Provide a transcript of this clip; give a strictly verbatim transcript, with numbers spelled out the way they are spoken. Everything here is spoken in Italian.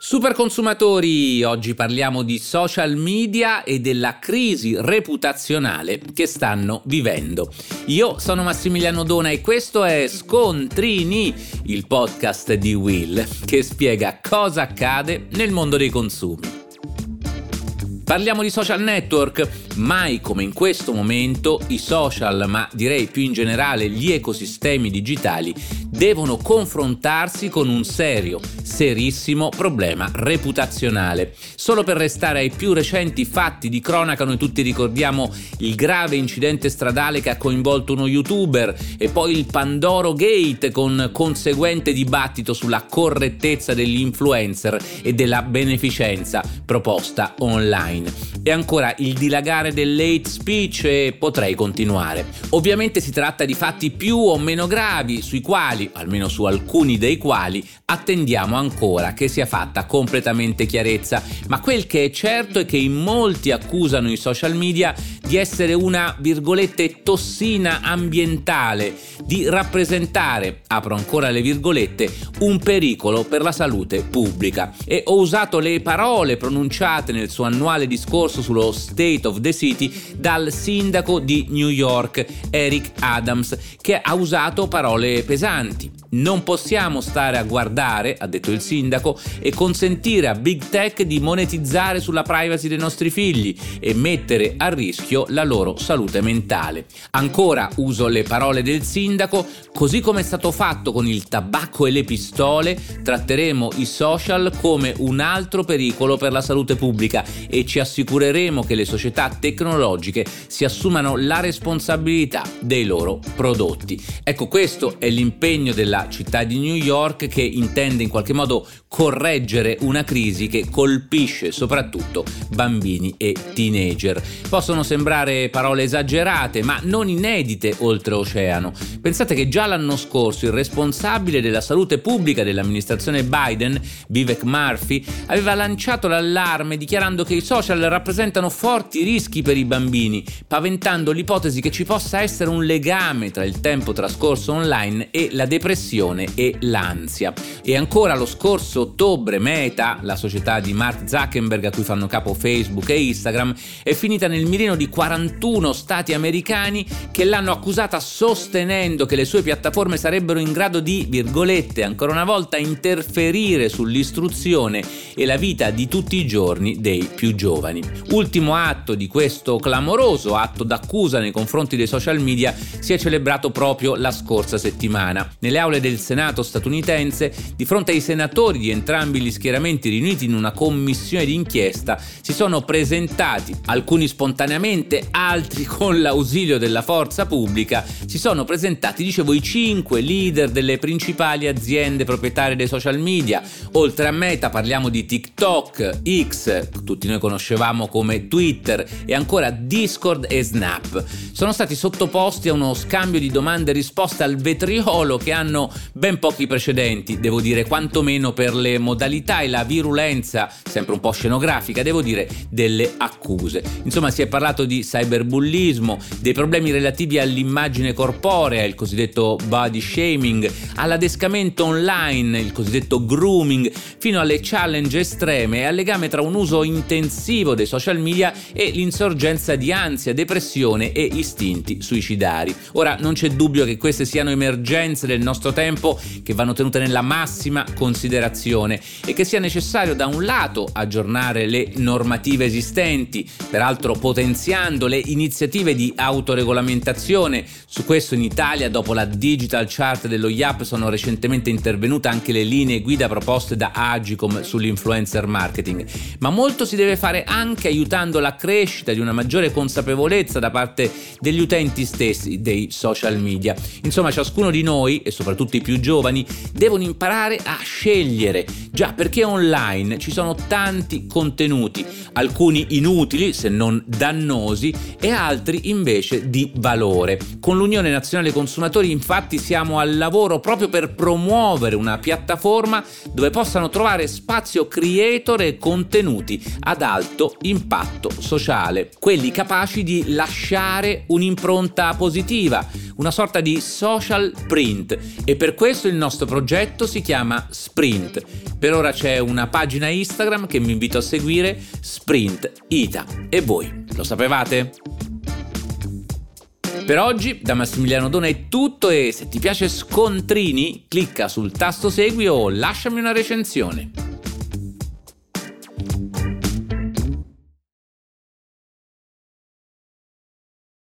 Super consumatori, oggi parliamo di social media e della crisi reputazionale che stanno vivendo. Io sono Massimiliano Dona e questo è Scontrini, il podcast di Will che spiega cosa accade nel mondo dei consumi. Parliamo di social network. Mai come in questo momento i social, ma direi più in generale gli ecosistemi digitali, devono confrontarsi con un serio, serissimo problema reputazionale. Solo per restare ai più recenti fatti di cronaca, noi tutti ricordiamo il grave incidente stradale che ha coinvolto uno youtuber e poi il Pandoro Gate con conseguente dibattito sulla correttezza degli influencer e della beneficenza proposta online. E ancora il dilagare dell'hate speech e potrei continuare. Ovviamente si tratta di fatti più o meno gravi sui quali, almeno su alcuni dei quali, attendiamo ancora che sia fatta completamente chiarezza, ma quel che è certo è che in molti accusano i social media di essere una, virgolette, tossina ambientale, di rappresentare, apro ancora le virgolette, un pericolo per la salute pubblica. E ho usato le parole pronunciate nel suo annuale discorso sullo State of the City dal sindaco di New York, Eric Adams, che ha usato parole pesanti. Non possiamo stare a guardare, ha detto il sindaco, e consentire a Big Tech di monetizzare sulla privacy dei nostri figli e mettere a rischio la loro salute mentale. Ancora uso le parole del sindaco, così come è stato fatto con il tabacco e le pistole, tratteremo i social come un altro pericolo per la salute pubblica e ci assicureremo che le società tecnologiche si assumano la responsabilità dei loro prodotti. Ecco, questo è l'impegno della città di New York, che intende in qualche modo correggere una crisi che colpisce soprattutto bambini e teenager. Possono sembrare parole esagerate, ma non inedite oltreoceano. Pensate che già l'anno scorso il responsabile della salute pubblica dell'amministrazione Biden, Vivek Murthy, aveva lanciato l'allarme dichiarando che i social rappresentano forti rischi per i bambini, paventando l'ipotesi che ci possa essere un legame tra il tempo trascorso online e la depressione e l'ansia. E ancora lo scorso ottobre Meta, la società di Mark Zuckerberg a cui fanno capo Facebook e Instagram, è finita nel mirino di quarantuno stati americani che l'hanno accusata sostenendo che le sue piattaforme sarebbero in grado di, virgolette, ancora una volta interferire sull'istruzione e la vita di tutti i giorni dei più giovani. Ultimo atto di questo clamoroso atto d'accusa nei confronti dei social media si è celebrato proprio la scorsa settimana. Nelle aule del Senato statunitense, di fronte ai senatori di entrambi gli schieramenti riuniti in una commissione d'inchiesta, si sono presentati, alcuni spontaneamente, altri con l'ausilio della forza pubblica, si sono presentati, dicevo, i cinque leader delle principali aziende proprietarie dei social media. Oltre a Meta parliamo di TikTok, X, tutti noi conoscevamo come Twitter, e ancora Discord e Snap. Sono stati sottoposti a uno scambio di domande e risposte al vetriolo che hanno ben pochi precedenti, devo dire, quantomeno per le modalità e la virulenza, sempre un po' scenografica, devo dire, delle accuse. Insomma, si è parlato di cyberbullismo, dei problemi relativi all'immagine corporea, il cosiddetto body shaming, all'adescamento online, il cosiddetto grooming, fino alle challenge estreme e al legame tra un uso intensivo dei social media e l'insorgenza di ansia, depressione e istinti suicidari. Ora, non c'è dubbio che queste siano emergenze del nostro tempo che vanno tenute nella massima considerazione e che sia necessario da un lato aggiornare le normative esistenti, peraltro potenziando le iniziative di autoregolamentazione. Su questo in Italia, dopo la Digital Chart dello I A P, sono recentemente intervenute anche le linee guida proposte da Agicom sull'influencer marketing. Ma molto si deve fare anche aiutando la crescita di una maggiore consapevolezza da parte degli utenti stessi dei social media. Insomma, ciascuno di noi, e soprattutto i più giovani, devono imparare a scegliere, già perché online ci sono tanti contenuti, alcuni inutili se non dannosi e altri invece di valore. Con l'Unione Nazionale Consumatori infatti siamo al lavoro proprio per promuovere una piattaforma dove possano trovare spazio creator e contenuti ad alto impatto sociale, quelli capaci di lasciare un'impronta positiva, una sorta di social print, e per questo il nostro progetto si chiama Sprint. Per ora c'è una pagina Instagram che vi invito a seguire, Sprint Ita. E voi, lo sapevate? Per oggi da Massimiliano Dona è tutto, e se ti piace Scontrini clicca sul tasto segui o lasciami una recensione.